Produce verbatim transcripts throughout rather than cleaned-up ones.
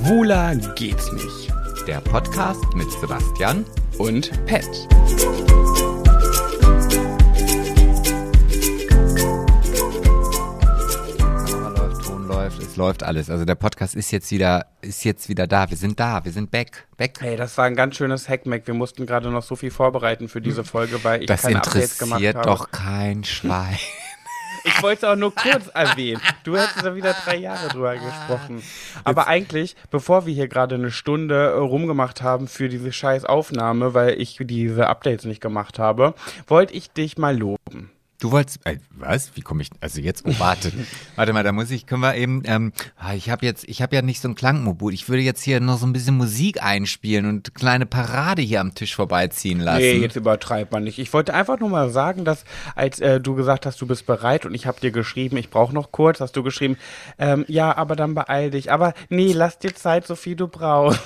Schwuler geht's nicht. Der Podcast mit Sebastian Und Pet. Kamera läuft, Ton läuft, es läuft alles. Also der Podcast ist jetzt wieder, ist jetzt wieder da. Wir sind da, wir sind back, back. Hey, das war ein ganz schönes Hackmack. Wir mussten gerade noch so viel vorbereiten für diese Folge, weil ich Das keine Updates gemacht habe. interessiert doch kein Schwein. Ich wollte es auch nur kurz erwähnen. Du hättest da wieder drei Jahre drüber gesprochen. Aber eigentlich, bevor wir hier gerade eine Stunde äh, rumgemacht haben für diese scheiß Aufnahme, weil ich diese Updates nicht gemacht habe, wollte ich dich mal loben. Du wolltest, äh, was? Wie komme ich, also jetzt, oh, warte. warte mal, da muss ich, können wir eben, ähm, ich habe jetzt, ich habe ja nicht so ein Klangmodul. Ich würde jetzt hier noch so ein bisschen Musik einspielen und eine kleine Parade hier am Tisch vorbeiziehen lassen. Nee, jetzt übertreibt man nicht. Ich wollte einfach nur mal sagen, dass als äh, du gesagt hast, du bist bereit und ich habe dir geschrieben, ich brauche noch kurz, hast du geschrieben, ähm, ja, aber dann beeil dich. Aber nee, lass dir Zeit, so viel du brauchst.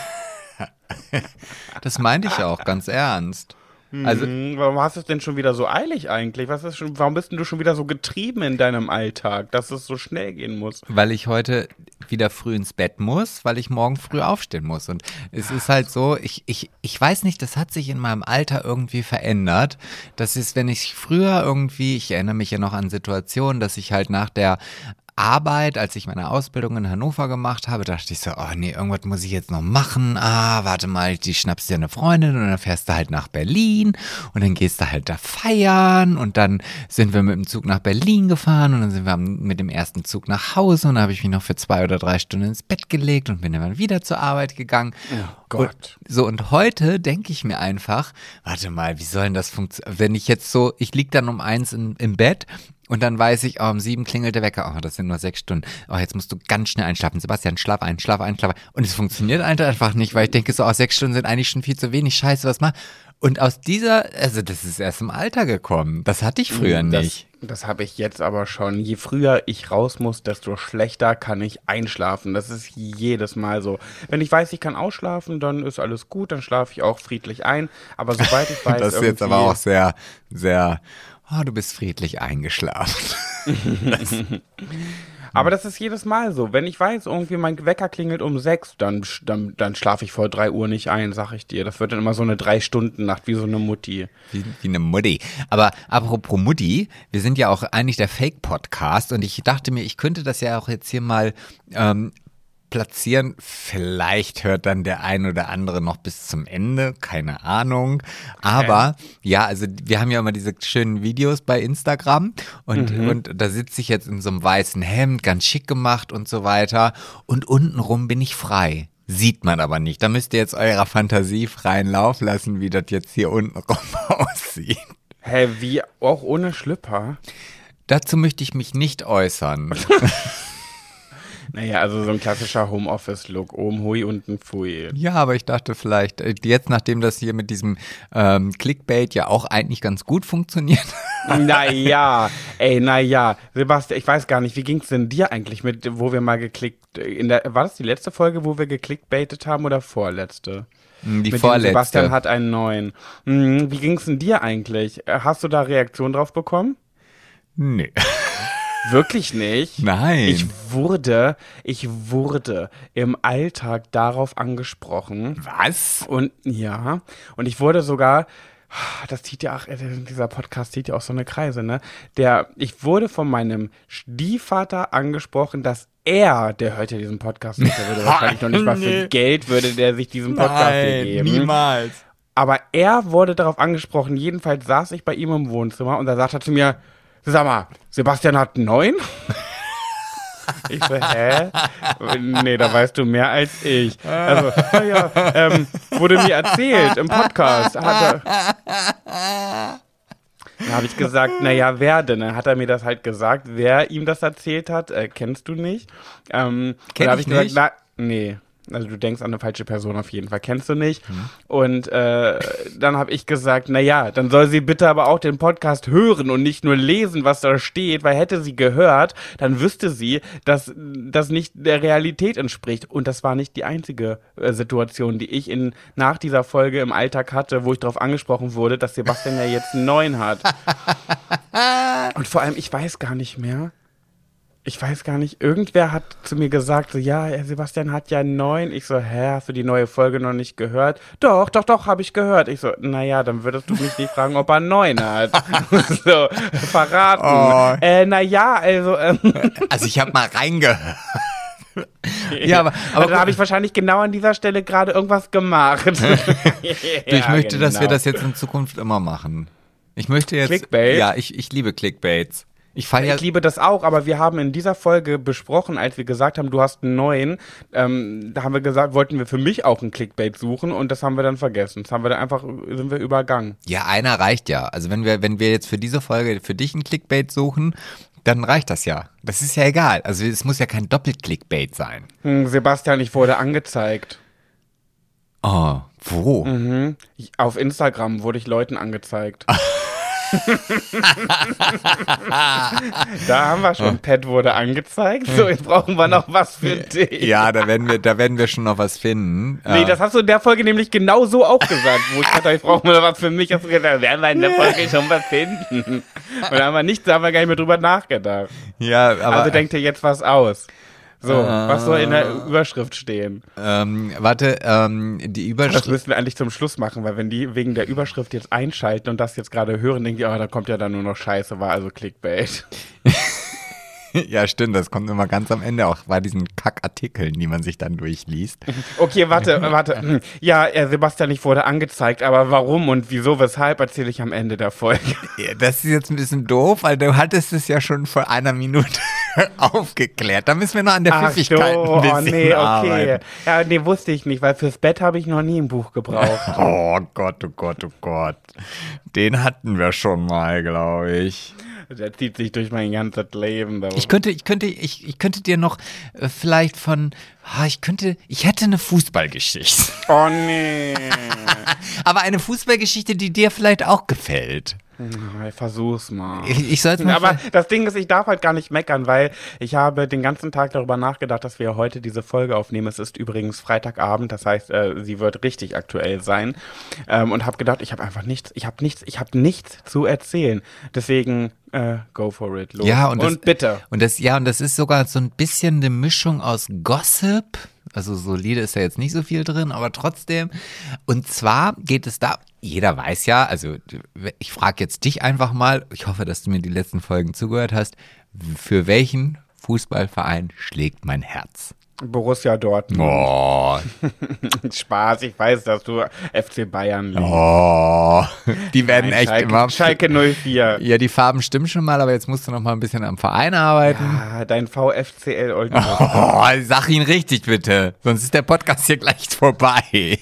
Das meinte ich auch, ganz ernst. Also, Mhm, warum hast du es denn schon wieder so eilig eigentlich? Was ist schon, warum bist denn du schon wieder so getrieben in deinem Alltag, dass es so schnell gehen muss? weil ich heute wieder früh ins Bett muss, weil ich morgen früh aufstehen muss. Und es ist halt so, ich, ich, ich weiß nicht, das hat sich in meinem Alter irgendwie verändert. Das ist, wenn ich früher irgendwie, ich erinnere mich ja noch an Situationen, dass ich halt nach der Arbeit, als ich meine Ausbildung in Hannover gemacht habe, dachte ich so, oh nee, irgendwas muss ich jetzt noch machen. Ah, warte mal, die schnappst dir eine Freundin und dann fährst du halt nach Berlin und dann gehst du halt da feiern und dann sind wir mit dem Zug nach Berlin gefahren und dann sind wir mit dem ersten Zug nach Hause und dann habe ich mich noch für zwei oder drei Stunden ins Bett gelegt und bin dann wieder zur Arbeit gegangen. Oh Gott. Und, so, und heute denke ich mir einfach, warte mal, wie soll denn das funktionieren? Wenn ich jetzt so, ich lieg dann um eins in, im Bett und dann weiß ich, oh, um sieben klingelt der Wecker. Oh, das sind nur sechs Stunden. Oh, jetzt musst du ganz schnell einschlafen. Sebastian, schlaf ein, schlaf ein, schlaf ein. Und es funktioniert einfach nicht, weil ich denke so, oh, sechs Stunden sind eigentlich schon viel zu wenig. Scheiße, was mach? Und aus dieser, also das ist erst im Alter gekommen. Das hatte ich früher das, nicht. Das habe ich jetzt aber schon. Je früher ich raus muss, desto schlechter kann ich einschlafen. Das ist jedes Mal so. Wenn ich weiß, ich kann ausschlafen, dann ist alles gut, dann schlafe ich auch friedlich ein. Aber sobald ich weiß, Das ist jetzt aber auch sehr, sehr, oh, du bist friedlich eingeschlafen. Aber das ist jedes Mal so. Wenn ich weiß, irgendwie mein Wecker klingelt um sechs, dann, dann, dann schlafe ich vor drei Uhr nicht ein, sag ich dir. Das wird dann immer so eine Drei-Stunden-Nacht, wie so eine Mutti. Wie, wie eine Mutti. Aber apropos Mutti, wir sind ja auch eigentlich der Fake-Podcast und ich dachte mir, ich könnte das ja auch jetzt hier mal ähm, platzieren. Vielleicht hört dann der ein oder andere noch bis zum Ende, keine Ahnung. Aber ja, also wir haben ja immer diese schönen Videos bei Instagram und, mhm. und da sitze ich jetzt in so einem weißen Hemd, ganz schick gemacht und so weiter und untenrum bin ich frei. Sieht man aber nicht. Da müsst ihr jetzt eurer Fantasie freien Lauf lassen, wie das jetzt hier untenrum aussieht. Hä, wie? Auch ohne Schlüpper? Dazu möchte ich mich nicht äußern. Naja, also so ein klassischer Homeoffice-Look. Oben hui, unten pfui. Ja, aber ich dachte vielleicht, jetzt nachdem das hier mit diesem ähm, Clickbait ja auch eigentlich ganz gut funktioniert. Naja, ey, naja. Sebastian, ich weiß gar nicht, wie ging's denn dir eigentlich mit, wo wir mal geklickt, in der, war das die letzte Folge, wo wir geklickbaitet haben oder vorletzte? Die mit vorletzte. Dem Sebastian hat einen neuen. Hm, wie ging's denn dir eigentlich? Hast du da Reaktion drauf bekommen? Nee. Wirklich nicht? Nein. Ich wurde, ich wurde im Alltag darauf angesprochen. Was? Und ja, und ich wurde sogar, das zieht ja auch, dieser Podcast zieht ja auch so eine Kreise, ne? Der, ich wurde von meinem Stiefvater angesprochen, dass er, der hört ja diesen Podcast nicht, der würde wahrscheinlich noch nicht mal für Geld, würde der sich diesen Podcast Nein, hier geben. niemals. Aber er wurde darauf angesprochen, jedenfalls saß ich bei ihm im Wohnzimmer und da sagt er zu mir, sag mal, Sebastian hat einen neuen? Ich so, hä? Nee, da weißt du mehr als ich. Also, naja, ähm, wurde mir erzählt im Podcast. Hat er, da habe ich gesagt, naja, wer denn? Dann hat er mir das halt gesagt, wer ihm das erzählt hat, äh, kennst du nicht. Ähm, Kenn da hab ich gesagt, nicht. Na, nee. Also du denkst an eine falsche Person auf jeden Fall, kennst du nicht. Mhm. Und äh, dann habe ich gesagt, naja, dann soll sie bitte aber auch den Podcast hören und nicht nur lesen, was da steht, weil hätte sie gehört, dann wüsste sie, dass das nicht der Realität entspricht. Und das war nicht die einzige äh, Situation, die ich in nach dieser Folge im Alltag hatte, wo ich darauf angesprochen wurde, dass Sebastian ja jetzt einen neuen hat. Und vor allem, ich weiß gar nicht mehr, Ich weiß gar nicht, irgendwer hat zu mir gesagt, so, ja, Herr Sebastian hat ja neun. Ich so, hä, hast du die neue Folge noch nicht gehört? Doch, doch, doch, habe ich gehört. Ich so, naja, dann würdest du mich nicht fragen, ob er neun hat. So, verraten. Oh. Äh, naja, also, ähm. Also ich habe mal reingehört. Ja, aber, aber also, da habe ich wahrscheinlich genau an dieser Stelle gerade irgendwas gemacht. du, ich Ja, möchte, genau. dass wir das jetzt in Zukunft immer machen. Ich möchte jetzt. Clickbait? Ja, ich, ich liebe Clickbaits. Ich feiere. Ich liebe das auch, aber wir haben in dieser Folge besprochen, als wir gesagt haben, du hast einen neuen, ähm, da haben wir gesagt, wollten wir für mich auch einen Clickbait suchen und das haben wir dann vergessen. Das haben wir dann einfach, sind wir übergangen. Ja, einer reicht ja. Also wenn wir, wenn wir jetzt für diese Folge für dich einen Clickbait suchen, dann reicht das ja. Das ist ja egal. Also es muss ja kein Doppel-Clickbait sein. Hm, Sebastian, ich wurde angezeigt. Oh, wo? Mhm. Ich, auf Instagram wurde ich Leuten angezeigt. Da haben wir schon, Pat wurde angezeigt. So, jetzt brauchen wir noch was für dich. Ja, da werden wir, da werden wir schon noch was finden. Nee, das hast du in der Folge nämlich genau so auch gesagt, wo ich dachte, ich brauche mal was für mich. Hast du gesagt, werden wir in der Folge schon was finden. Und da haben wir nicht, da haben wir gar nicht mehr drüber nachgedacht. Ja, aber Also denk dir jetzt was aus. So, äh, was soll in der Überschrift stehen? Ähm, warte, ähm, die Das Überschrift. müssen wir eigentlich zum Schluss machen, weil wenn die wegen der Überschrift jetzt einschalten und das jetzt gerade hören, denken die, oh, da kommt ja dann nur noch Scheiße, war also Clickbait. Ja, stimmt, das kommt immer ganz am Ende auch bei diesen Kackartikeln, die man sich dann durchliest. Okay, warte, warte. Ja, äh, Sebastian, ich wurde angezeigt, aber warum und wieso, weshalb, erzähle ich am Ende der Folge. Ja, das ist jetzt ein bisschen doof, weil du hattest es ja schon vor einer Minute aufgeklärt. Da müssen wir noch an der Ach Pfiffigkeit so, ein bisschen oh nee, okay. arbeiten. Ja, nee, wusste ich nicht, weil fürs Bett habe ich noch nie ein Buch gebraucht. Oh Gott, oh Gott, oh Gott. Den hatten wir schon mal, glaube ich. Der zieht sich durch mein ganzes Leben. Da. Ich könnte, ich könnte, ich, ich könnte dir noch äh, vielleicht von, ah, ich könnte, ich hätte eine Fußballgeschichte. Oh nee. Aber eine Fußballgeschichte, die dir vielleicht auch gefällt. Ich versuch's mal. Ich, ich soll's mal. Aber das Ding ist, ich darf halt gar nicht meckern, weil ich habe den ganzen Tag darüber nachgedacht, dass wir heute diese Folge aufnehmen. Es ist übrigens Freitagabend, das heißt, äh, sie wird richtig aktuell sein. Ähm, und habe gedacht, ich habe einfach nichts, ich habe nichts, ich habe nichts zu erzählen. Deswegen äh, go for it. Los. Ja, und, das, und bitte. Und das, ja, und das ist sogar so ein bisschen eine Mischung aus Gossip. Also solide ist ja jetzt nicht so viel drin, aber trotzdem. Und zwar geht es da, jeder weiß ja, also ich frage jetzt dich einfach mal, ich hoffe, dass du mir die letzten Folgen zugehört hast, für welchen Fußballverein schlägt mein Herz? Borussia Dortmund. Oh. Spaß, ich weiß, dass du F C Bayern liebst. Oh. Die werden Nein, echt Schalke, immer. Schalke null vier. Ja, die Farben stimmen schon mal, aber jetzt musst du noch mal ein bisschen am Verein arbeiten. Ja, dein VfCL Oldenburg. Oh, sag ihn richtig bitte, sonst ist der Podcast hier gleich vorbei.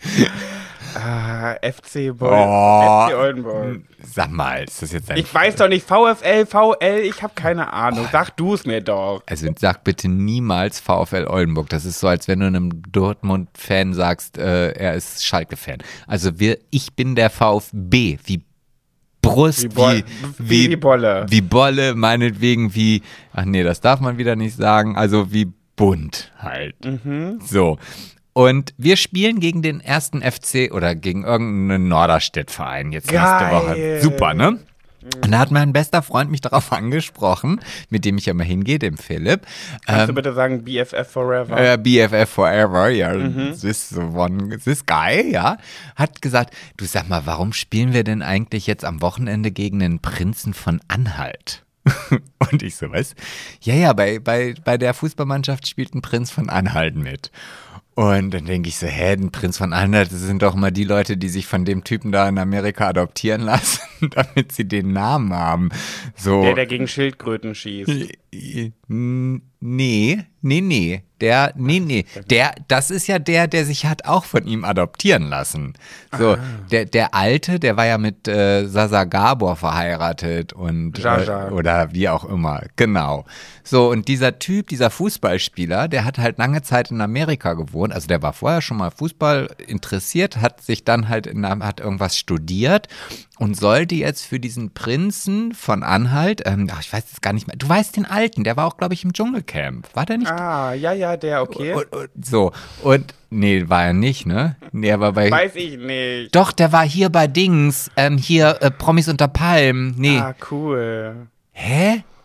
Ah, F C Bol- Oh. F C Oldenburg. Sag mal, ist das jetzt ein... Ich weiß doch nicht, VfL, V L, ich habe keine Ahnung. Sag du es mir doch. Also sag bitte niemals VfL Oldenburg. Das ist so, als wenn du einem Dortmund-Fan sagst, äh, er ist Schalke-Fan. Also wir, ich bin der VfB, wie Brust, Wie, Bo- wie, wie, wie Bolle. wie Bolle, meinetwegen wie, ach nee, das darf man wieder nicht sagen, also wie bunt halt. Mhm. So. Und wir spielen gegen den ersten F C oder gegen irgendeinen Norderstedt-Verein jetzt nächste Geil. Woche. Super, ne? Und da hat mein bester Freund mich darauf angesprochen, mit dem ich ja mal hingehe, dem Philipp. Kannst Ähm, du bitte sagen B F F Forever? äh, B F F Forever, ja, this one, this guy, ja, hat gesagt, du sag mal, warum spielen wir denn eigentlich jetzt am Wochenende gegen den Prinzen von Anhalt? Und ich so, was? Ja, ja, bei, bei, bei der Fußballmannschaft spielt ein Prinz von Anhalt mit. Und dann denke ich so, hä, ein Prinz von Anhalt, das sind doch mal die Leute, die sich von dem Typen da in Amerika adoptieren lassen, damit sie den Namen haben. So. Der, der gegen Schildkröten schießt. Nee, nee, nee. Der, nee, nee. Der, das ist ja der, der sich hat auch von ihm adoptieren lassen. So, Ah. der, der Alte, der war ja mit äh, Sasa Gabor verheiratet und Jaja. äh, oder wie auch immer. Genau. So, und dieser Typ, dieser Fußballspieler, der hat halt lange Zeit in Amerika gewohnt. Also der war vorher schon mal Fußball interessiert, hat sich dann halt in, hat irgendwas studiert und sollte jetzt für diesen Prinzen von Anhalt, ähm, ach, ich weiß jetzt gar nicht mehr, du weißt den Alten, der war auch, glaube ich, im Dschungelcamp. War der nicht? Ah, ja, ja, der, okay. Und, und, so, und, nee, war er nicht, ne? Nee, er war bei, Weiß ich nicht. doch, der war hier bei Dings, ähm, hier, äh, Promis unter Palmen, nee. Ah, cool. Hä?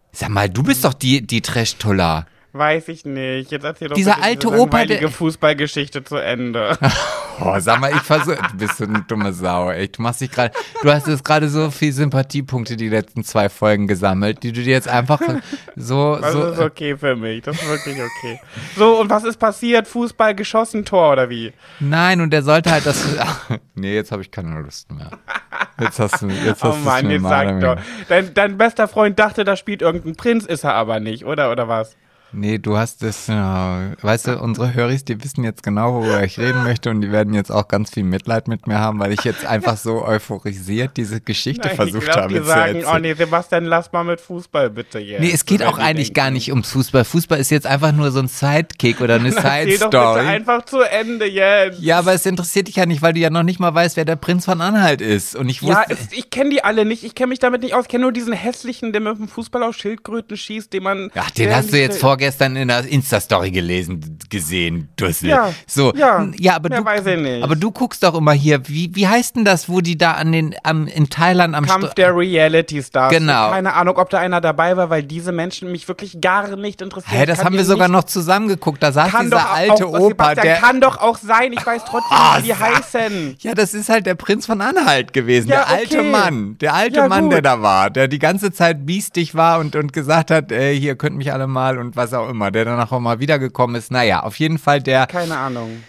Sag mal, du bist doch die, die Trash-Tuller. Weiß ich nicht. Jetzt erzähl doch Dieser bitte alte diese Opa, langweilige der- Fußballgeschichte zu Ende. Oh, sag mal, ich versuche, du bist so eine dumme Sau, ey. Du machst dich gerade, du hast jetzt gerade so viel Sympathiepunkte die letzten zwei Folgen gesammelt, die du dir jetzt einfach so, Das so. ist okay für mich. Das ist wirklich okay. So, und was ist passiert? Fußball geschossen, Tor oder wie? Nein, und der sollte halt das. Nee, jetzt habe ich keine Lust mehr. Jetzt hast du, jetzt Oh hast Mann, du's mir jetzt mal sag damit- doch. Dein, dein bester Freund dachte, da spielt irgendein Prinz, ist er aber nicht, oder? Oder was? Nee, du hast es, ja, weißt du, unsere Höris, die wissen jetzt genau, worüber ich reden möchte und die werden jetzt auch ganz viel Mitleid mit mir haben, weil ich jetzt einfach so euphorisiert diese Geschichte Nein, versucht ich glaub, habe die zu sagen, erzählen. oh nee, Sebastian, lass mal mit Fußball bitte jetzt. Nee, es geht So, auch wenn die eigentlich denken. gar nicht ums Fußball. Fußball ist jetzt einfach nur so ein Sidekick oder eine Erzähl doch bitte Side-Story. einfach zu Ende jetzt. Ja, aber es interessiert dich ja nicht, weil du ja noch nicht mal weißt, wer der Prinz von Anhalt ist. Und ich wusste, Ja, es, ich kenne die alle nicht. Ich kenne mich damit nicht aus. Ich kenne nur diesen hässlichen, der mit dem Fußball auf Schildkröten schießt, den man. ach, den der hast du jetzt nicht- vorgestern in der Insta-Story gelesen, gesehen, Dussel. Ja, so, ja, n- ja, aber mehr du, weiß ich nicht. aber du guckst doch immer hier, wie, wie heißt denn das, wo die da an den, am, in Thailand am Kampf Sto- der Reality Stars. Genau. Keine Ahnung, ob da einer dabei war, weil diese Menschen mich wirklich gar nicht interessieren. Hä, das Kann haben dir wir sogar nicht- noch zusammen geguckt. Da saß Kann dieser doch alte auch, Opa, Sebastian, der. kann doch auch sein. Ich weiß trotzdem Ah, nicht, wie die sag- heißen. Ja, das ist halt der Prinz von Anhalt gewesen, Ja, der alte okay. Mann, der alte Ja, Mann, gut. der da war, der die ganze Zeit biestig war und, und gesagt hat, äh, hier könnt mich alle mal und was auch immer, der danach auch mal wiedergekommen ist. Naja, auf jeden Fall der, Keine Ahnung.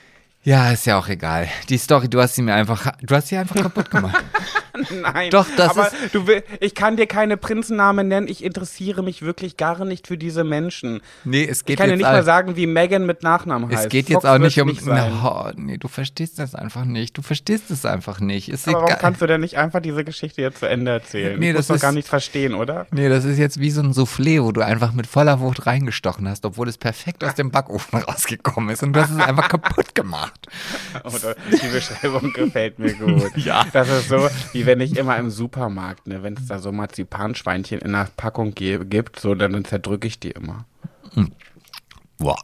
ja, ist ja auch egal. Die Story, du hast sie mir einfach, du hast sie einfach kaputt gemacht. Nein. Doch, das aber ist- du will, ich kann dir keine Prinzennamen nennen. Ich interessiere mich wirklich gar nicht für diese Menschen. Nee, es Ich geht kann dir jetzt nicht all- mal sagen, wie Megan mit Nachnamen heißt. es geht Fox jetzt auch nicht wird's um, sein. oh, nee, du verstehst das einfach nicht, du verstehst es einfach nicht. Ist Aber warum egal. kannst du denn nicht einfach diese Geschichte jetzt zu Ende erzählen? Nee, ich das muss doch ist- gar nicht verstehen, oder? Nee, das ist jetzt wie so ein Soufflé, wo du einfach mit voller Wucht reingestochen hast, obwohl es perfekt aus dem Backofen rausgekommen ist und du hast es einfach kaputt gemacht. Oder die Beschreibung gefällt mir gut. Ja. Das ist so, wie wenn ich immer im Supermarkt, ne, wenn es da so Marzipanschweinchen in einer Packung ge- gibt, so, dann zerdrücke ich die immer. Boah.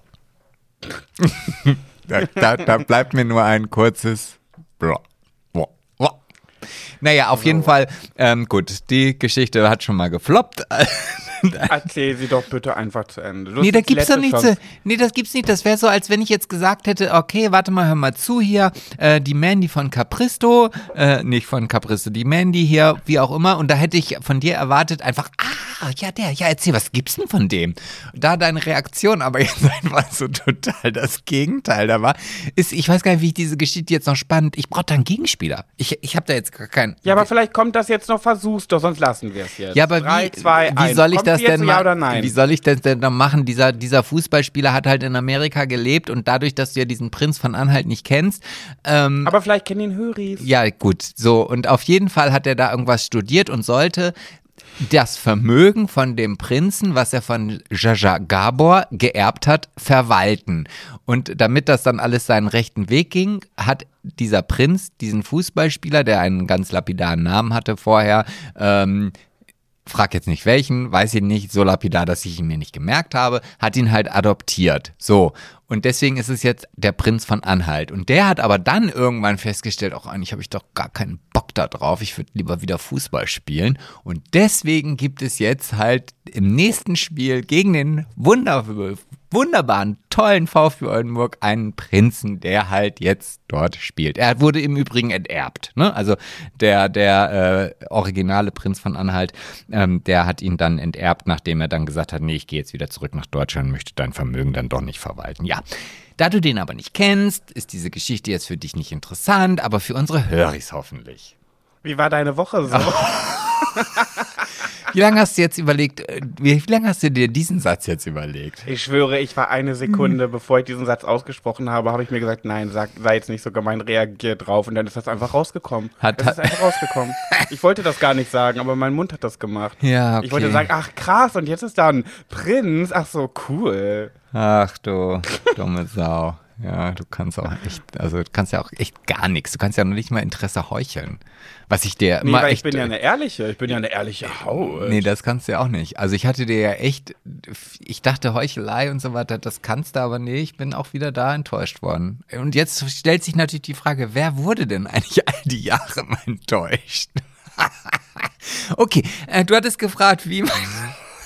da, da, da bleibt mir nur ein kurzes Boah. Boah. Boah. Naja, auf jeden Fall, ähm, gut, die Geschichte hat schon mal gefloppt. Erzähl sie doch bitte einfach zu Ende. Du Nee, hast da die gibt's doch letzte nichts. Chance. zu- Nee, das gibt's nicht. Das wäre so, als wenn ich jetzt gesagt hätte, okay, warte mal, hör mal zu hier, äh, die Mandy von Capristo, äh, nicht von Capristo, die Mandy hier, wie auch immer. Und da hätte ich von dir erwartet, einfach, ah, ja, der, ja, erzähl, was gibt's denn von dem? Da deine Reaktion aber jetzt einfach so total das Gegenteil da war, ist, ich weiß gar nicht, wie ich diese Geschichte jetzt noch spannend, ich brauche da einen Gegenspieler. Ich, ich habe da jetzt gar keinen. Ja, aber vielleicht kommt das jetzt noch, versuch's doch, sonst lassen wir es jetzt. Ja, aber Drei, wie, zwei, wie eins. soll ich Kommt das jetzt denn ja ma- oder nein? Wie soll ich das denn dann machen? Dieser, dieser Fußballspieler hat halt in Amerika gelebt und dadurch, dass du ja diesen Prinz von Anhalt nicht kennst, ähm, Aber vielleicht kennen ihn Höris. ja gut, so und auf jeden Fall hat er da irgendwas studiert und sollte das Vermögen von dem Prinzen, was er von Jaja Gabor geerbt hat, verwalten. Und damit das dann alles seinen rechten Weg ging, hat dieser Prinz diesen Fußballspieler, der einen ganz lapidaren Namen hatte vorher, ähm, frag jetzt nicht welchen, weiß ich nicht, so lapidar, dass ich ihn mir nicht gemerkt habe, hat ihn halt adoptiert. So. Und deswegen ist es jetzt der Prinz von Anhalt. Und der hat aber dann irgendwann festgestellt, auch eigentlich habe ich doch gar keinen Bock da drauf, ich würde lieber wieder Fußball spielen. Und deswegen gibt es jetzt halt im nächsten Spiel gegen den Wunder, wunderbaren, tollen VfB Oldenburg einen Prinzen, der halt jetzt dort spielt. Er wurde im Übrigen enterbt. Ne? Also der, der äh, originale Prinz von Anhalt, ähm, der hat ihn dann enterbt, nachdem er dann gesagt hat, nee, ich gehe jetzt wieder zurück nach Deutschland und möchte dein Vermögen dann doch nicht verwalten. Ja, da du den aber nicht kennst, ist diese Geschichte jetzt für dich nicht interessant, aber für unsere Höris hoffentlich. Wie war deine Woche so? Wie lange hast du jetzt überlegt, äh, wie, wie lange hast du dir diesen Satz jetzt überlegt? Ich schwöre, ich war eine Sekunde, bevor ich diesen Satz ausgesprochen habe, habe ich mir gesagt, nein, sag, sei jetzt nicht so gemein, reagier drauf. Und dann ist das einfach rausgekommen. Hat- es ist einfach rausgekommen. Ich wollte das gar nicht sagen, aber mein Mund hat das gemacht. Ja, okay. Ich wollte sagen, ach krass, und jetzt ist da ein Prinz. Ach so, cool. Ach du dumme Sau. Ja, du kannst auch echt, also du kannst ja auch echt gar nichts. Du kannst ja noch nicht mal Interesse heucheln. Was ich dir Nee, mal weil echt, ich bin ja eine ehrliche, ich bin ja eine ehrliche Haut. Nee, das kannst du ja auch nicht. Also ich hatte dir ja echt, ich dachte Heuchelei und so weiter, das kannst du, aber nee, ich bin auch wieder da enttäuscht worden. Und jetzt stellt sich natürlich die Frage, wer wurde denn eigentlich all die Jahre mal enttäuscht? Okay, äh, du hattest gefragt, wie mein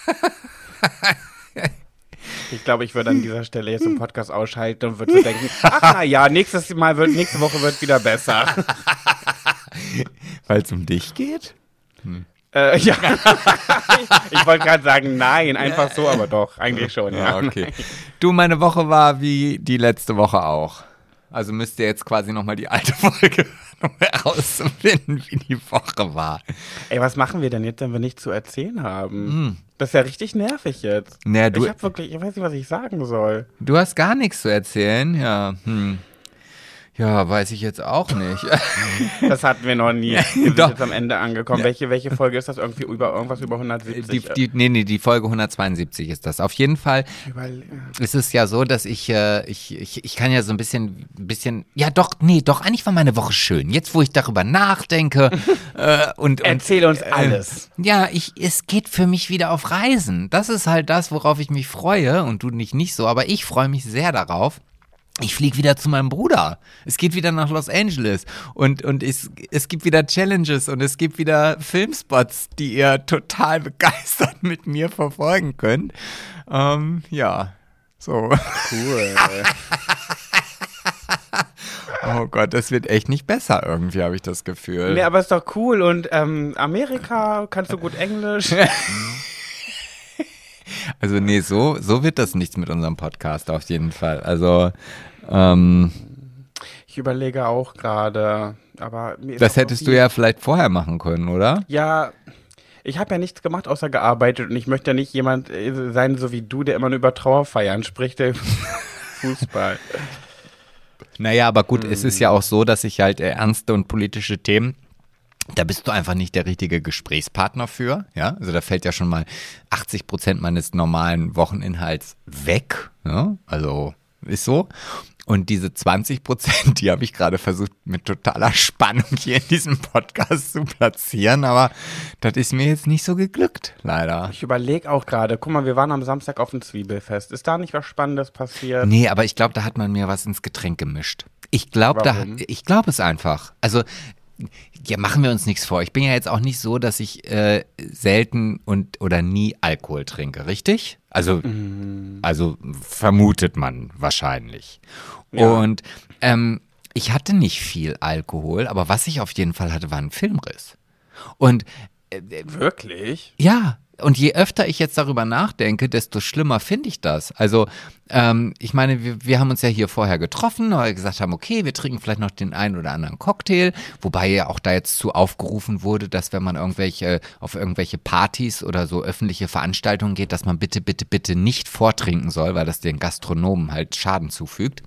Ich glaube, ich würde an dieser Stelle jetzt den Podcast ausschalten und würde so denken, ach na ja, nächstes Mal wird, nächste Woche wird wieder besser. Weil es um dich geht? Hm. Äh, ja. ich ich wollte gerade sagen, nein, einfach so, aber doch, eigentlich schon, ja. Ja, okay. Du, meine Woche war wie die letzte Woche auch. Also müsst ihr jetzt quasi nochmal die alte Folge hören, um herauszufinden, wie die Woche war. Ey, was machen wir denn jetzt, wenn wir nichts zu erzählen haben? Hm. Das ist ja richtig nervig jetzt. Naja, du, ich hab wirklich, ich weiß nicht, was ich sagen soll. du hast gar nichts zu erzählen, ja. Hm. Ja, weiß ich jetzt auch nicht. Das hatten wir noch nie. Wir sind Doch. jetzt am Ende angekommen. Welche, welche Folge ist das? Irgendwie über irgendwas über hundertsiebzig? Die, die, nee, nee, die Folge hundertzweiundsiebzig ist das. Auf jeden Fall Überle- ist es ja so, dass ich, äh, ich, ich, ich kann ja so ein bisschen, bisschen, ja doch, nee, doch, eigentlich war meine Woche schön. Jetzt, wo ich darüber nachdenke äh, und, und Erzähl uns alles. Äh, ja, ich, es geht für mich wieder auf Reisen. Das ist halt das, worauf ich mich freue und du nicht nicht so, aber ich freue mich sehr darauf. Ich fliege wieder zu meinem Bruder. Es geht wieder nach Los Angeles und, und es, es gibt wieder Challenges und es gibt wieder Filmspots, die ihr total begeistert mit mir verfolgen könnt. Ähm, ja, so. Cool. Oh Gott, das wird echt nicht besser irgendwie, habe ich das Gefühl. Nee, aber ist doch cool. Und ähm, Amerika, kannst du gut Englisch? Also nee, so, so wird das nichts mit unserem Podcast auf jeden Fall. Also, ähm, Ich überlege auch gerade, aber mir ist das auch hättest du irgendwie- ja vielleicht vorher machen können, oder? Ja, ich habe ja nichts gemacht, außer gearbeitet und ich möchte ja nicht jemand äh, sein, so wie du, der immer nur über Trauerfeiern spricht, der über Fußball. Naja, aber gut, es ist ja auch so, dass ich halt äh, ernste und politische Themen, da bist du einfach nicht der richtige Gesprächspartner für, ja, also da fällt ja schon mal achtzig Prozent meines normalen Wocheninhalts weg, ja, also ist so. Und diese zwanzig Prozent, die habe ich gerade versucht mit totaler Spannung hier in diesem Podcast zu platzieren, aber das ist mir jetzt nicht so geglückt, leider. Ich überlege auch gerade, guck mal, wir waren am Samstag auf dem Zwiebelfest. Ist da nicht was Spannendes passiert? Nee, aber ich glaube, da hat man mir was ins Getränk gemischt. Ich glaube, da, Warum? ich glaube es einfach. Also, ja, machen wir uns nichts vor. Ich bin ja jetzt auch nicht so, dass ich äh, selten und oder nie Alkohol trinke, richtig? Also, Mhm. also vermutet man wahrscheinlich. Ja. Und ähm, ich hatte nicht viel Alkohol, aber was ich auf jeden Fall hatte, war ein Filmriss. Und äh, Wirklich? ja, und je öfter ich jetzt darüber nachdenke, desto schlimmer finde ich das. Also, ähm, ich meine, wir, wir haben uns ja hier vorher getroffen, weil wir gesagt haben, okay, wir trinken vielleicht noch den einen oder anderen Cocktail, wobei ja auch da jetzt zu aufgerufen wurde, dass wenn man irgendwelche, auf irgendwelche Partys oder so öffentliche Veranstaltungen geht, dass man bitte, bitte, bitte nicht vortrinken soll, weil das den Gastronomen halt Schaden zufügt.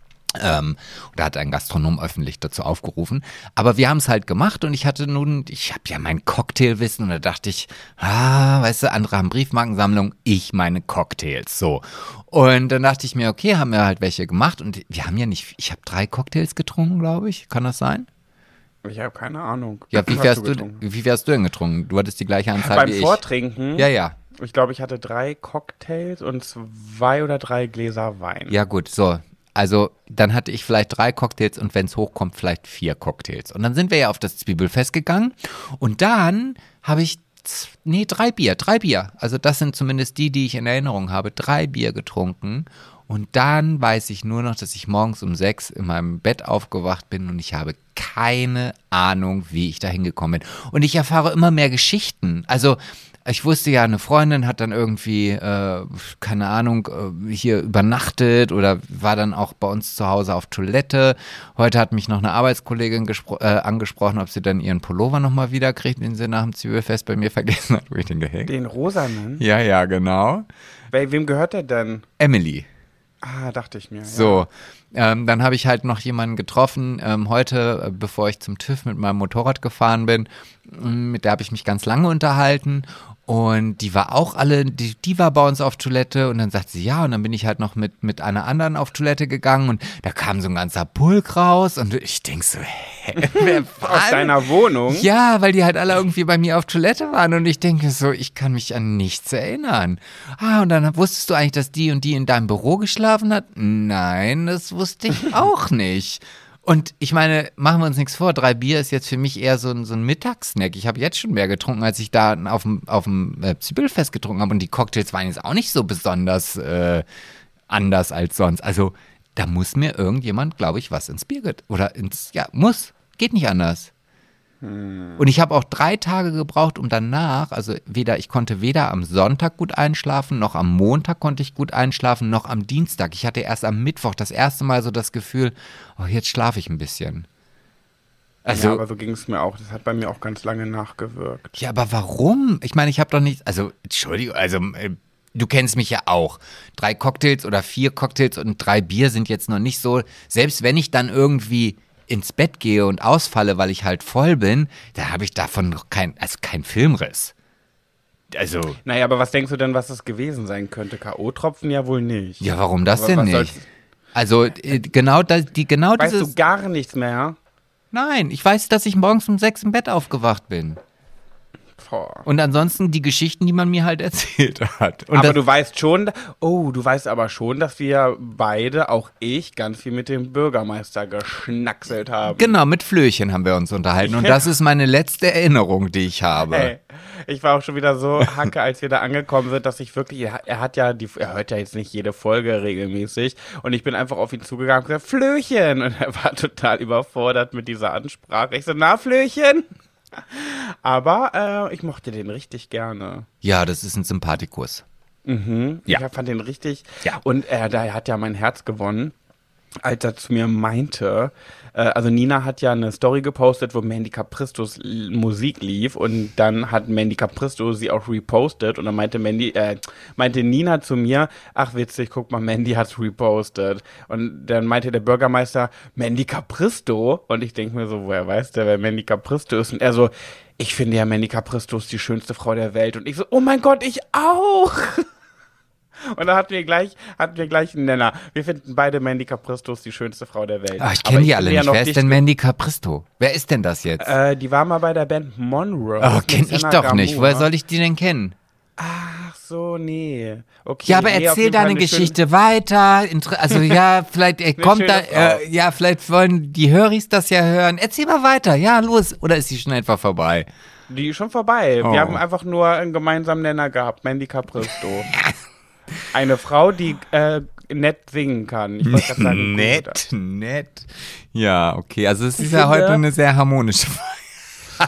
Ähm, da hat ein Gastronom öffentlich dazu aufgerufen. Aber wir haben es halt gemacht und ich hatte nun, ich habe ja mein Cocktailwissen und da dachte ich, ah, weißt du, andere haben Briefmarkensammlung, ich meine Cocktails, so. Und dann dachte ich mir, okay, haben wir halt welche gemacht und wir haben ja nicht, ich habe drei Cocktails getrunken, glaube ich, kann das sein? Ich habe keine Ahnung. Ja, wie Hast wärst du, getrunken? wie wärst du denn getrunken? Du hattest die gleiche Anzahl Beim wie ich. Vortrinken? Ja, ja. Ich glaube, ich hatte drei Cocktails und zwei oder drei Gläser Wein. Ja, gut, so. Also, dann hatte ich vielleicht drei Cocktails und wenn es hochkommt, vielleicht vier Cocktails. Und dann sind wir ja auf das Zwiebelfest gegangen und dann habe ich, z- nee, drei Bier, drei Bier. Also das sind zumindest die, die ich in Erinnerung habe, drei Bier getrunken. Und dann weiß ich nur noch, dass ich morgens um sechs in meinem Bett aufgewacht bin und ich habe keine Ahnung, wie ich da hingekommen bin. Und ich erfahre immer mehr Geschichten. Also, ich wusste ja, eine Freundin hat dann irgendwie, äh, keine Ahnung, äh, hier übernachtet oder war dann auch bei uns zu Hause auf Toilette. Heute hat mich noch eine Arbeitskollegin gespro- äh, angesprochen, ob sie dann ihren Pullover nochmal wiederkriegt, den sie nach dem Zwiebelfest bei mir vergessen hat. Wo ich den gehängt? Den rosanen? Ja, ja, genau. Wel- Wem gehört der denn? Emily. Ah, dachte ich mir. Ja. So, ähm, dann habe ich halt noch jemanden getroffen, ähm, heute, äh, bevor ich zum TÜV mit meinem Motorrad gefahren bin, m, mit der habe ich mich ganz lange unterhalten und die war auch alle, die, die war bei uns auf Toilette und dann sagt sie ja und dann bin ich halt noch mit, mit einer anderen auf Toilette gegangen und da kam so ein ganzer Pulk raus und ich denk so, hä, wer war Aus denn- deiner Wohnung? Ja, weil die halt alle irgendwie bei mir auf Toilette waren und ich denke so, ich kann mich an nichts erinnern. Ah, und dann wusstest du eigentlich, dass die und die in deinem Büro geschlafen hat? Nein, das wusste ich auch nicht. Und ich meine, machen wir uns nichts vor, drei Bier ist jetzt für mich eher so ein, so ein Mittagssnack. Ich habe jetzt schon mehr getrunken, als ich da auf dem, auf dem äh, Zwiebelfest getrunken habe. Und die Cocktails waren jetzt auch nicht so besonders äh, anders als sonst. Also da muss mir irgendjemand, glaube ich, was ins Bier geht. Oder ins, ja, muss. Geht nicht anders. Und ich habe auch drei Tage gebraucht, um danach, also weder, ich konnte weder am Sonntag gut einschlafen, noch am Montag konnte ich gut einschlafen, noch am Dienstag. Ich hatte erst am Mittwoch das erste Mal so das Gefühl, oh, jetzt schlafe ich ein bisschen. Also, ja, aber so ging es mir auch. Das hat bei mir auch ganz lange nachgewirkt. Ja, aber warum? Ich meine, ich habe doch nicht, also, Entschuldigung, also, äh, du kennst mich ja auch. Drei Cocktails oder vier Cocktails und drei Bier sind jetzt noch nicht so, selbst wenn ich dann irgendwie ins Bett gehe und ausfalle, weil ich halt voll bin, da habe ich davon noch kein, also kein Filmriss. Also. Naja, aber was denkst du denn, was es gewesen sein könnte? K O-Tropfen ja wohl nicht. Ja, warum das aber denn nicht? Also, äh, genau, da, die, genau weißt dieses. Weißt du gar nichts mehr? Nein, ich weiß, dass ich morgens um sechs im Bett aufgewacht bin. Boah. Und ansonsten die Geschichten, die man mir halt erzählt hat. Und aber das, du weißt schon, oh, du weißt aber schon, dass wir beide, auch ich, ganz viel mit dem Bürgermeister geschnackselt haben. Genau, mit Flöchen haben wir uns unterhalten. Und das ist meine letzte Erinnerung, die ich habe. Hey, ich war auch schon wieder so hacke, als wir da angekommen sind, dass ich wirklich, er hat ja, die, er hört ja jetzt nicht jede Folge regelmäßig. Und ich bin einfach auf ihn zugegangen und gesagt, Flöchen. Und er war total überfordert mit dieser Ansprache. Ich so, na, Flöchen? Aber äh, ich mochte den richtig gerne. Ja, das ist ein Sympathikus. Mhm. Ja. Ich fand den richtig. Ja. Und er, der hat ja mein Herz gewonnen, als er zu mir meinte, äh, also Nina hat ja eine Story gepostet, wo Mandy Capristos L- Musik lief und dann hat Mandy Capristo sie auch repostet und dann meinte Mandy, äh, meinte Nina zu mir, ach witzig, guck mal, Mandy hat's repostet. Und dann meinte der Bürgermeister, Mandy Capristo? Und ich denke mir so, woher weiß der, wer Mandy Capristo ist? Und er so, ich finde ja, Mandy Capristo ist die schönste Frau der Welt. Und ich so, oh mein Gott, ich auch! Und da hatten wir gleich, hatten wir gleich einen Nenner. Wir finden beide Mandy Capristos die schönste Frau der Welt. Ach, ich kenne die alle nicht. Ja, Wer ist denn Mandy Capristo? Wer ist denn das jetzt? Äh, die war mal bei der Band Monroe. Oh, kenn ich doch nicht. Woher soll ich die denn kennen? Ach so, nee. Okay, ja, aber nee, erzähl deine Geschichte weiter. Inter- Also ja, vielleicht äh, kommt da, äh, ja, vielleicht wollen die Höris das ja hören. Erzähl mal weiter. Ja, los. Oder ist die schon einfach vorbei? Die ist schon vorbei. Oh. Wir haben einfach nur einen gemeinsamen Nenner gehabt. Mandy Capristo. Eine Frau, die äh, nett singen kann. Ich wollte gerade sagen, nett, gut. nett. Ja, okay. Also es ist Ich ja finde, heute eine sehr harmonische Folge.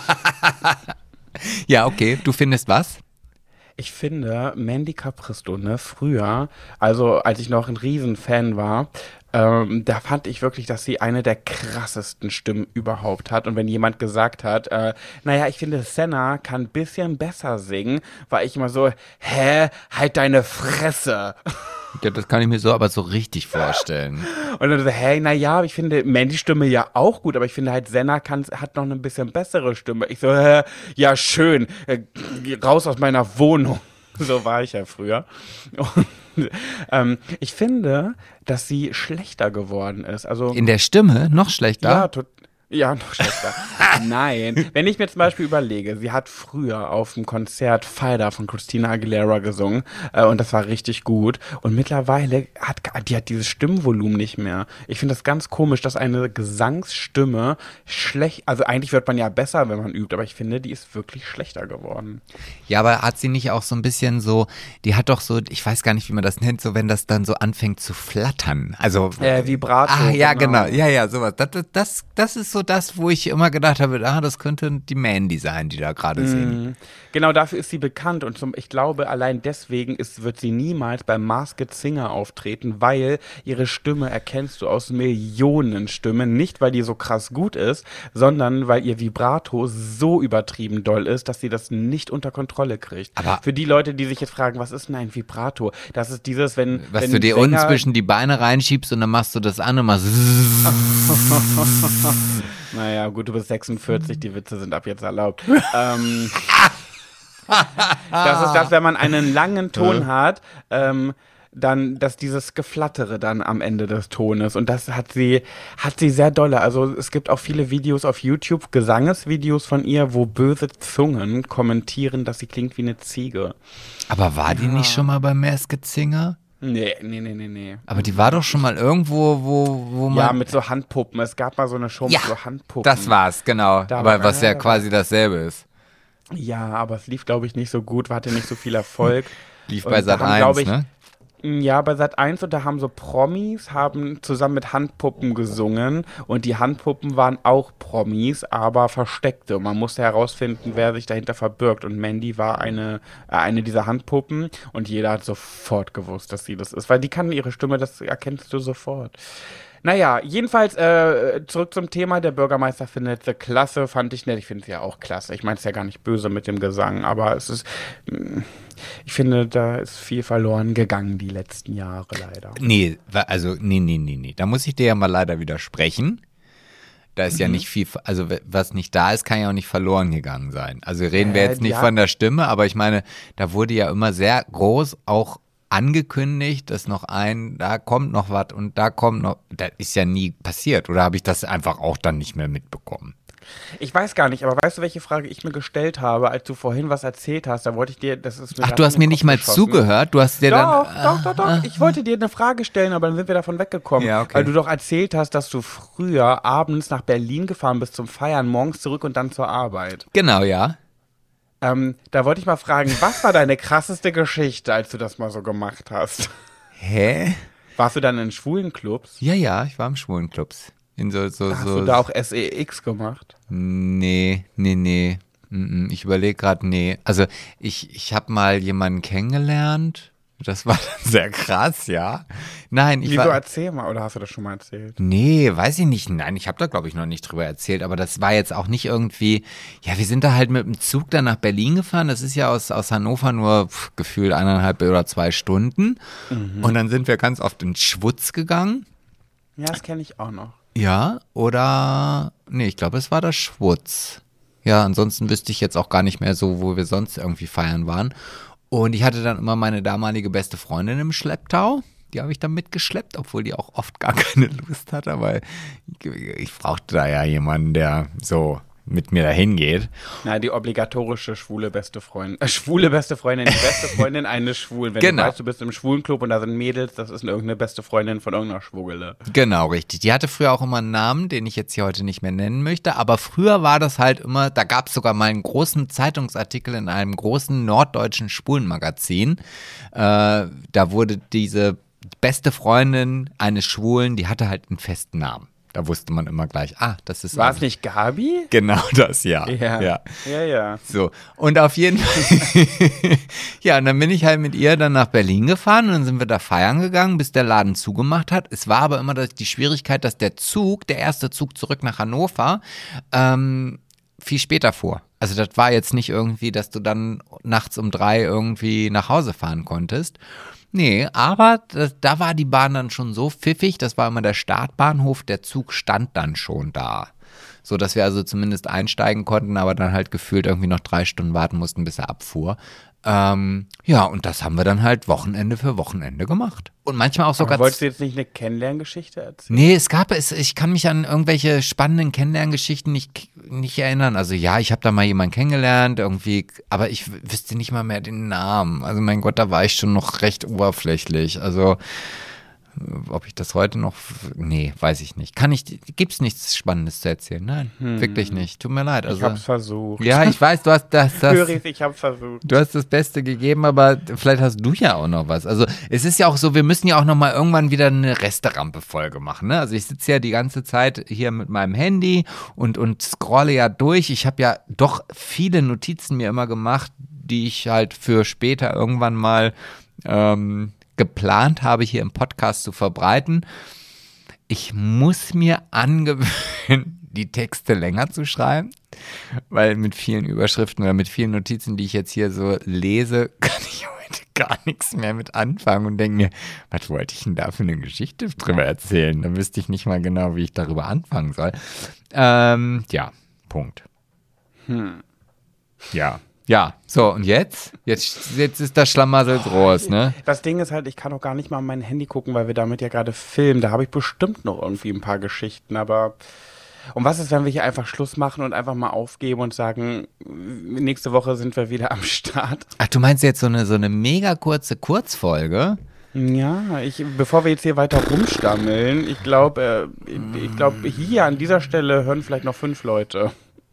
Ja, okay. Du findest was? Ich finde, Mandy Capristo, ne, früher, also als ich noch ein Riesenfan war, ähm, da fand ich wirklich, dass sie eine der krassesten Stimmen überhaupt hat. Und wenn jemand gesagt hat, äh, naja, ich finde, Senna kann ein bisschen besser singen, war ich immer so, hä, halt deine Fresse. Ja, das kann ich mir so aber so richtig vorstellen. Und dann so, hey, naja, ich finde Mandys Stimme ja auch gut, aber ich finde halt, Senna kann, hat noch eine bisschen bessere Stimme. Ich so, äh, ja, schön, äh, raus aus meiner Wohnung. So war ich ja früher. Und ähm, ich finde, dass sie schlechter geworden ist. Also in der Stimme noch schlechter? Ja, total. Ja, noch schlechter. Nein. Wenn ich mir zum Beispiel überlege, sie hat früher auf dem Konzert Fighter von Christina Aguilera gesungen äh, und das war richtig gut. Und mittlerweile hat die hat dieses Stimmvolumen nicht mehr. Ich finde das ganz komisch, dass eine Gesangsstimme schlecht, also eigentlich wird man ja besser, wenn man übt, aber ich finde, die ist wirklich schlechter geworden. Ja, aber hat sie nicht auch so ein bisschen so, die hat doch so, ich weiß gar nicht, wie man das nennt, so wenn das dann so anfängt zu flattern. Also äh, Vibrato. Ah, ja, genau. genau. Ja, ja, sowas. Das, das, das ist so das, wo ich immer gedacht habe, ah, das könnte die Mandy sein, die da gerade mm. singt. Genau, dafür ist sie bekannt und zum, ich glaube, allein deswegen ist, wird sie niemals beim Masked Singer auftreten, weil ihre Stimme erkennst du aus Millionen Stimmen, nicht weil die so krass gut ist, sondern weil ihr Vibrato so übertrieben doll ist, dass sie das nicht unter Kontrolle kriegt. Aber für die Leute, die sich jetzt fragen, was ist denn ein Vibrato? Das ist dieses, wenn was wenn du dir Sänger unten zwischen die Beine reinschiebst und dann machst du das an und machst naja, gut, du bist sechsundvierzig, die Witze sind ab jetzt erlaubt. ähm, das ist das, wenn man einen langen Ton hat, ähm, dann, dass dieses Geflattere dann am Ende des Tones und das hat sie, hat sie sehr dolle. Also es gibt auch viele Videos auf YouTube, Gesangesvideos von ihr, wo böse Zungen kommentieren, dass sie klingt wie eine Ziege. Aber war die ja. nicht schon mal beim Masked Singer? Nee, nee, nee, nee, nee. Aber die war doch schon mal irgendwo, wo, wo man... Ja, mit so Handpuppen. Es gab mal so eine Show ja, mit so Handpuppen. Das war's, genau. Da aber war, was ja da quasi dasselbe ist. Ja, aber es lief, glaube ich, nicht so gut, hatte nicht so viel Erfolg. Lief Und bei da Sat haben, eins, glaub ich, ne? Ja, bei Sat eins und da haben so Promis haben zusammen mit Handpuppen gesungen und die Handpuppen waren auch Promis, aber versteckte. Und man musste herausfinden, wer sich dahinter verbirgt. Und Mandy war eine, äh, eine dieser Handpuppen und jeder hat sofort gewusst, dass sie das ist, weil die kann ihre Stimme, das erkennst du sofort. Naja, jedenfalls äh, zurück zum Thema. Der Bürgermeister findet sie klasse, fand ich nett. Ich finde es ja auch klasse. Ich meine es ja gar nicht böse mit dem Gesang, aber es ist, mh, ich finde, da ist viel verloren gegangen die letzten Jahre leider. Nee, wa- also nee, nee, nee, nee. Da muss ich dir ja mal leider widersprechen. Da ist Mhm. ja nicht viel, also w- was nicht da ist, kann ja auch nicht verloren gegangen sein. Also reden wir Äh, jetzt nicht ja. von der Stimme, aber ich meine, da wurde ja immer sehr groß auch angekündigt, dass noch ein, da kommt noch was und da kommt noch, das ist ja nie passiert. Oder habe ich das einfach auch dann nicht mehr mitbekommen? Ich weiß gar nicht, aber weißt du, welche Frage ich mir gestellt habe, als du vorhin was erzählt hast? Da wollte ich dir, das ist mir Ach, grad du hast in mir den nicht Kopf mal geschossen. zugehört, du hast dir Doch, dann... doch, doch, doch. Ich wollte dir eine Frage stellen, aber dann sind wir davon weggekommen. Ja, okay. Weil du doch erzählt hast, dass du früher abends nach Berlin gefahren bist zum Feiern, morgens zurück und dann zur Arbeit. Genau, ja. Ähm, da wollte ich mal fragen, was war deine krasseste Geschichte, als du das mal so gemacht hast? Hä? Warst du dann in schwulen Clubs? Ja, ja, ich war im Schwulenclubs. In so, so, Hast so. du da auch S E X gemacht? Nee, nee, nee. Mm, mm, Ich überlege gerade, nee. Also ich, ich habe mal jemanden kennengelernt. Das war dann sehr krass, ja. Nein, ich Wieso, war... erzähl mal, oder hast du das schon mal erzählt? Nee, weiß ich nicht. Nein, ich habe da, glaube ich, noch nicht drüber erzählt. Aber das war jetzt auch nicht irgendwie... Ja, wir sind da halt mit dem Zug dann nach Berlin gefahren. Das ist ja aus, aus Hannover nur pf, gefühlt eineinhalb oder zwei Stunden. Mhm. Und dann sind wir ganz oft in Schwutz gegangen. Ja, das kenne ich auch noch. Ja, oder... Nee, ich glaube, es war das Schwutz. Ja, ansonsten wüsste ich jetzt auch gar nicht mehr so, wo wir sonst irgendwie feiern waren. Und ich hatte dann immer meine damalige beste Freundin im Schlepptau. Die habe ich dann mitgeschleppt, obwohl die auch oft gar keine Lust hatte, weil ich, ich brauchte da ja jemanden, der so mit mir dahin geht. Na, die obligatorische schwule beste Freundin. Äh, schwule beste Freundin, die beste Freundin eines Schwulen. Wenn Genau. du weißt, du bist im Schwulenclub und da sind Mädels, das ist irgendeine beste Freundin von irgendeiner Schwuggele. Genau, richtig. Die hatte früher auch immer einen Namen, den ich jetzt hier heute nicht mehr nennen möchte. Aber früher war das halt immer, da gab es sogar mal einen großen Zeitungsartikel in einem großen norddeutschen Schwulenmagazin. Äh, da wurde diese beste Freundin eines Schwulen, die hatte halt einen festen Namen. Da wusste man immer gleich, ah, das ist... War es nicht Gabi? Genau das, ja. Ja. ja. Ja, ja. So, und auf jeden Fall, ja, und dann bin ich halt mit ihr dann nach Berlin gefahren und dann sind wir da feiern gegangen, bis der Laden zugemacht hat. Es war aber immer das- die Schwierigkeit, dass der Zug, der erste Zug zurück nach Hannover, ähm, viel später fuhr. Also das war jetzt nicht irgendwie, dass du dann nachts um drei irgendwie nach Hause fahren konntest. Nee, aber das, da war die Bahn dann schon so pfiffig, das war immer der Startbahnhof, der Zug stand dann schon da. So dass wir also zumindest einsteigen konnten, aber dann halt gefühlt irgendwie noch drei Stunden warten mussten, bis er abfuhr. Ähm, ja, und das haben wir dann halt Wochenende für Wochenende gemacht. Und manchmal auch sogar... Aber wolltest du jetzt nicht eine Kennenlerngeschichte erzählen? Nee, es gab es, ich kann mich an irgendwelche spannenden Kennenlerngeschichten nicht, nicht erinnern. Also ja, ich habe da mal jemanden kennengelernt, irgendwie, aber ich w- wüsste nicht mal mehr den Namen. Also mein Gott, da war ich schon noch recht oberflächlich. Also ob ich das heute noch, nee, weiß ich nicht. Kann ich, gibt's nichts Spannendes zu erzählen? Nein, wirklich nicht. Tut mir leid. Also, Ich hab's versucht. ja, ich weiß, du hast das, das Höris, ich hab's versucht. Du hast das Beste gegeben, aber vielleicht hast du ja auch noch was. Also es ist ja auch so, wir müssen ja auch noch mal irgendwann wieder eine Resterampe-Folge machen. Ne? Also ich sitze ja die ganze Zeit hier mit meinem Handy und, und scrolle ja durch. Ich habe ja doch viele Notizen mir immer gemacht, die ich halt für später irgendwann mal ähm, geplant habe, hier im Podcast zu verbreiten. Ich muss mir angewöhnen, die Texte länger zu schreiben, weil mit vielen Überschriften oder mit vielen Notizen, die ich jetzt hier so lese, kann ich heute gar nichts mehr mit anfangen und denke mir, was wollte ich denn da für eine Geschichte drüber erzählen? Da wüsste ich nicht mal genau, wie ich darüber anfangen soll. Ähm, ja, Punkt. Hm. Ja. Ja, so, und jetzt? Jetzt, jetzt ist das Schlamassel groß, ne? Das Ding ist halt, ich kann auch gar nicht mal auf mein Handy gucken, weil wir damit ja gerade filmen. Da habe ich bestimmt noch irgendwie ein paar Geschichten, aber... Und was ist, wenn wir hier einfach Schluss machen und einfach mal aufgeben und sagen, nächste Woche sind wir wieder am Start? Ach, du meinst jetzt so eine, so eine mega kurze Kurzfolge? Ja, ich, bevor wir jetzt hier weiter rumstammeln, ich glaube, äh, ich glaube, hier an dieser Stelle hören vielleicht noch fünf Leute.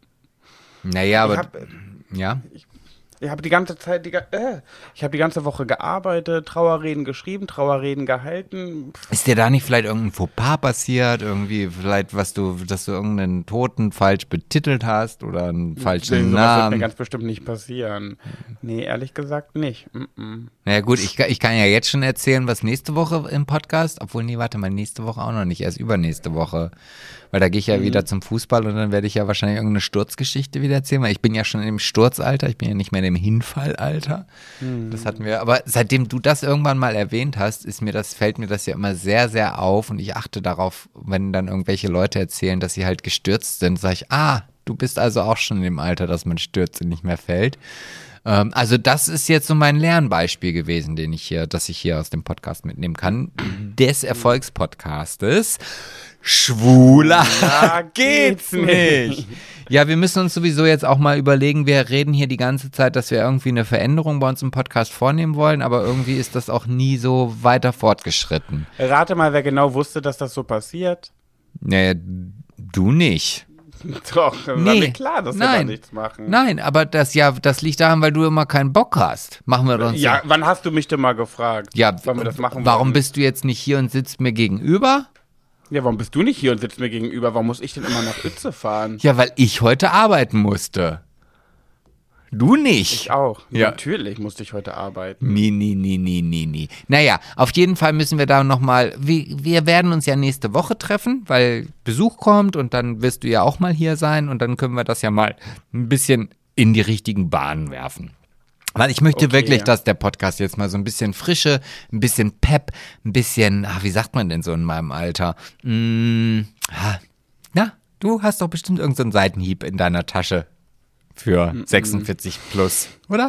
Naja, aber, ich hab, ja. Ich, ich habe die ganze Zeit, die, äh, ich habe die ganze Woche gearbeitet, Trauerreden geschrieben, Trauerreden gehalten. Pff. Ist dir da nicht vielleicht irgendein Fauxpas passiert, irgendwie vielleicht, was du, dass du irgendeinen Toten falsch betitelt hast oder einen falschen nee, Namen? Das wird mir ganz bestimmt nicht passieren. Nee, ehrlich gesagt nicht. Mm-mm. Naja gut, ich, ich kann ja jetzt schon erzählen, was nächste Woche im Podcast, obwohl, nee, warte mal, nächste Woche auch noch nicht, erst übernächste Woche. Weil da gehe ich ja mhm. wieder zum Fußball und dann werde ich ja wahrscheinlich irgendeine Sturzgeschichte wieder erzählen, weil ich bin ja schon im Sturzalter, ich bin ja nicht mehr im Hinfallalter. Mhm. Das hatten wir, aber seitdem du das irgendwann mal erwähnt hast, ist mir das, fällt mir das ja immer sehr, sehr auf und ich achte darauf, wenn dann irgendwelche Leute erzählen, dass sie halt gestürzt sind, sage ich, ah, du bist also auch schon in dem Alter, dass man stürzt und nicht mehr fällt. Ähm, also das ist jetzt so mein Lernbeispiel gewesen, den ich hier, dass ich hier aus dem Podcast mitnehmen kann, des Erfolgspodcastes. Schwuler ja, geht's nicht. Ja, wir müssen uns sowieso jetzt auch mal überlegen, wir reden hier die ganze Zeit, dass wir irgendwie eine Veränderung bei uns im Podcast vornehmen wollen, aber irgendwie ist das auch nie so weiter fortgeschritten. Rate mal, wer genau wusste, dass das so passiert. Naja, du nicht. Doch, war nee, mir klar, dass wir da nichts machen. Nein, aber das ja, das liegt daran, weil du immer keinen Bock hast. Machen wir doch uns Ja, so. Wann hast du mich denn mal gefragt? Ja, wann wir das machen warum wollen? Bist du jetzt nicht hier und sitzt mir gegenüber? Ja, warum bist du nicht hier und sitzt mir gegenüber? Warum muss ich denn immer nach Uetze fahren? Ja, weil ich heute arbeiten musste. Du nicht. Ich auch. Ja. Natürlich musste ich heute arbeiten. Nee, nee, nee, nee, nee, nee. Naja, auf jeden Fall müssen wir da nochmal, wir, wir werden uns ja nächste Woche treffen, weil Besuch kommt und dann wirst du ja auch mal hier sein und dann können wir das ja mal ein bisschen in die richtigen Bahnen werfen. Weil ich möchte okay, wirklich, ja. dass der Podcast jetzt mal so ein bisschen Frische, ein bisschen Pep, ein bisschen, ach, wie sagt man denn so in meinem Alter? Mmh, na, du hast doch bestimmt irgendeinen so Seitenhieb in deiner Tasche für mm-mm. sechsundvierzig plus, oder?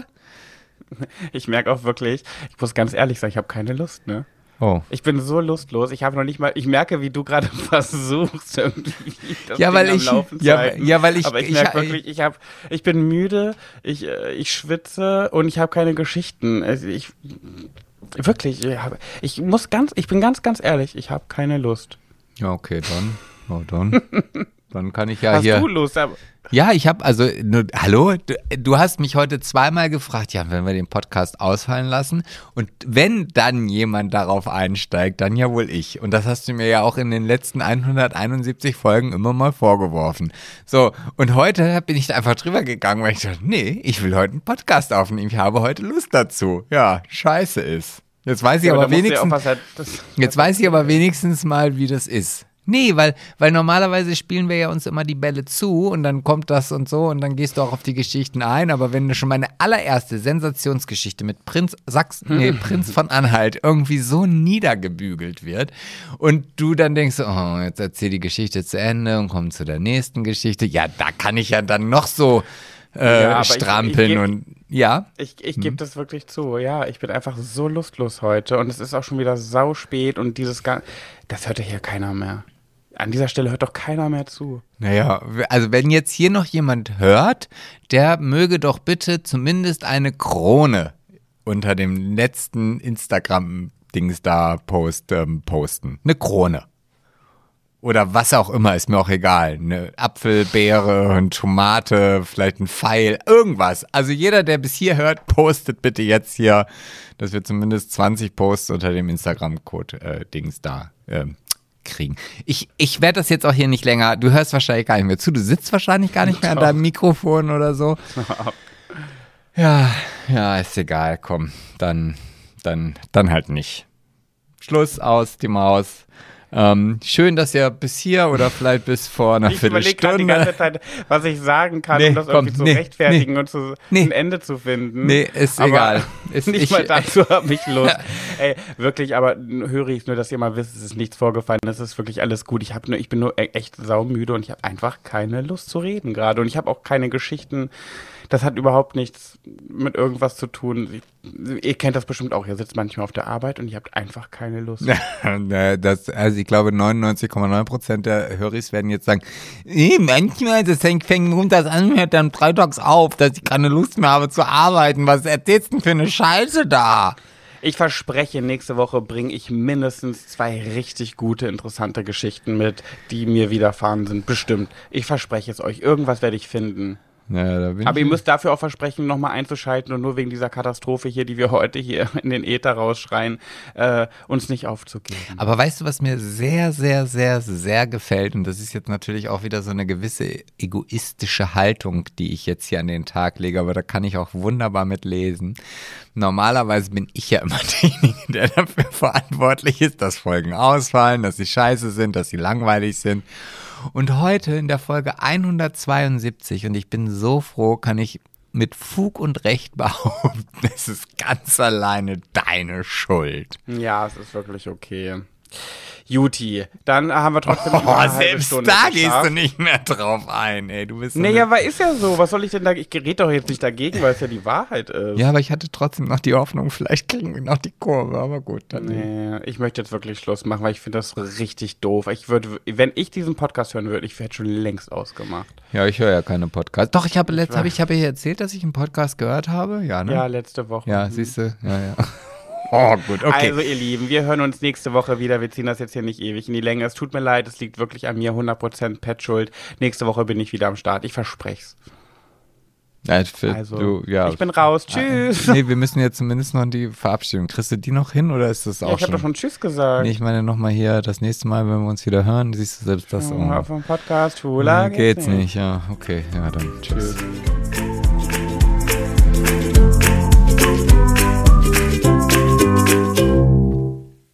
Ich merke auch wirklich, ich muss ganz ehrlich sagen, ich habe keine Lust, ne? Oh. Ich bin so lustlos, ich habe noch nicht mal, ich merke, wie du gerade versuchst, irgendwie das ja, Ding weil am ich, Laufen zu ja, halten. ja, weil ich, aber ich, ich merke wirklich, ich habe, ich bin müde, ich, ich schwitze und ich habe keine Geschichten. Also ich, wirklich, ich, hab, ich muss ganz, ich bin ganz, ganz ehrlich, ich habe keine Lust. Ja, okay, dann, oh, dann, dann kann ich ja Hast hier. Hast du Lust? Aber ja, ich habe, also, nur, hallo, du, du hast mich heute zweimal gefragt, ja, wenn wir den Podcast ausfallen lassen und wenn dann jemand darauf einsteigt, dann ja wohl ich. Und das hast du mir ja auch in den letzten hunderteinundsiebzig Folgen immer mal vorgeworfen. So, und heute bin ich da einfach drüber gegangen, weil ich dachte, nee, ich will heute einen Podcast aufnehmen, ich habe heute Lust dazu. Ja, scheiße ist. Jetzt weiß ich ja, aber wenigstens, ja halt, das, jetzt weiß ich aber wenigstens mal, wie das ist. Nee, weil, weil normalerweise spielen wir ja uns immer die Bälle zu und dann kommt das und so und dann gehst du auch auf die Geschichten ein, aber wenn du schon meine allererste Sensationsgeschichte mit Prinz Sachsen, nee, Prinz von Anhalt irgendwie so niedergebügelt wird und du dann denkst, oh, jetzt erzähl die Geschichte zu Ende und komm zu der nächsten Geschichte, ja, da kann ich ja dann noch so äh, ja, strampeln ich, ich, ich, und ja. Ich, ich gebe hm. das wirklich zu, ja, ich bin einfach so lustlos heute und es ist auch schon wieder sauspät und dieses, das hört ja hier keiner mehr. An dieser Stelle hört doch keiner mehr zu. Naja, also wenn jetzt hier noch jemand hört, der möge doch bitte zumindest eine Krone unter dem letzten Instagram-Dings da Post ähm, posten. Eine Krone. Oder was auch immer, ist mir auch egal. Eine Apfelbeere, eine Tomate, vielleicht ein Pfeil, irgendwas. Also jeder, der bis hier hört, postet bitte jetzt hier, dass wir zumindest zwanzig Posts unter dem Instagram-Code-Dings äh, da ähm, kriegen. Ich, ich werde das jetzt auch hier nicht länger, du hörst wahrscheinlich gar nicht mehr zu, du sitzt wahrscheinlich gar nicht mehr an deinem Mikrofon oder so. Ja, ja, ist egal, komm, dann, dann, dann halt nicht. Schluss, aus, die Maus. Ähm, schön, dass ihr bis hier oder vielleicht bis vor einer ich Viertelstunde... Ich überlege gerade die ganze Zeit, was ich sagen kann, nee, um das komm, irgendwie zu nee, rechtfertigen nee, und zu, nee, ein Ende zu finden. Nee, ist aber egal. Ist, nicht ich, mal dazu habe ich Lust. Ey, wirklich, aber höre ich nur, dass ihr mal wisst, es ist nichts vorgefallen, es ist wirklich alles gut. Ich, hab nur, ich bin nur echt saumüde und ich habe einfach keine Lust zu reden gerade. Und ich habe auch keine Geschichten... Das hat überhaupt nichts mit irgendwas zu tun. Ihr kennt das bestimmt auch. Ihr sitzt manchmal auf der Arbeit und ihr habt einfach keine Lust. das, also ich glaube, neunundneunzig Komma neun Prozent der Höris werden jetzt sagen, nee, manchmal, das fängt, fängt runter an, hört dann freitags auf, dass ich keine Lust mehr habe zu arbeiten. Was erzählst du denn für eine Scheiße da? Ich verspreche, nächste Woche bringe ich mindestens zwei richtig gute, interessante Geschichten mit, die mir widerfahren sind. Bestimmt. Ich verspreche es euch. Irgendwas werde ich finden. Ja, da bin Aber ich ihr müsst dafür auch versprechen, nochmal einzuschalten und nur wegen dieser Katastrophe hier, die wir heute hier in den Äther rausschreien, äh, uns nicht aufzugeben. Aber weißt du, was mir sehr, sehr, sehr, sehr gefällt? Und das ist jetzt natürlich auch wieder so eine gewisse egoistische Haltung, die ich jetzt hier an den Tag lege, aber da kann ich auch wunderbar mit lesen. Normalerweise bin ich ja immer derjenige, der dafür verantwortlich ist, dass Folgen ausfallen, dass sie scheiße sind, dass sie langweilig sind. Und heute in der Folge hundertzweiundsiebzig, und ich bin so froh, kann ich mit Fug und Recht behaupten, es ist ganz alleine deine Schuld. Ja, es ist wirklich okay. Juti, dann haben wir trotzdem noch Oh, eine halbe selbst Stunde da geschafft. gehst du nicht mehr drauf ein, ey. Du bist so Nee, eine- ja, aber ist ja so. Was soll ich denn da? Ich rede doch jetzt nicht dagegen, weil es ja die Wahrheit ist. Ja, aber ich hatte trotzdem noch die Hoffnung, vielleicht kriegen wir noch die Kurve, aber gut. Dann Nee, ich möchte jetzt wirklich Schluss machen, weil ich finde das richtig doof. Ich würde, wenn ich diesen Podcast hören würde, ich hätte schon längst ausgemacht. Ja, ich höre ja keine Podcasts. Doch, ich habe letzt, weiß. habe ich habe hier erzählt, dass ich einen Podcast gehört habe. Ja, ne? Ja, letzte Woche. Ja, Mhm. siehst du? Ja, ja. Oh, gut, okay. Also ihr Lieben, wir hören uns nächste Woche wieder. Wir ziehen das jetzt hier nicht ewig in die Länge. Es tut mir leid, es liegt wirklich an mir, hundert Prozent Pet Schuld. Nächste Woche bin ich wieder am Start. Ich verspreche es. Ja, für, Also, du, ja. ich bin raus. Tschüss. Nee, wir müssen jetzt zumindest noch die Verabschiedung. Kriegst du die noch hin oder ist das Ja, auch ich habe doch schon? schon Tschüss gesagt. Nee, ich meine nochmal hier, das nächste Mal, wenn wir uns wieder hören, siehst du selbst das. Ja, Oh. auf dem Podcast Hula Geht's nicht, ja. Okay, ja, dann tschüss. Tschüss.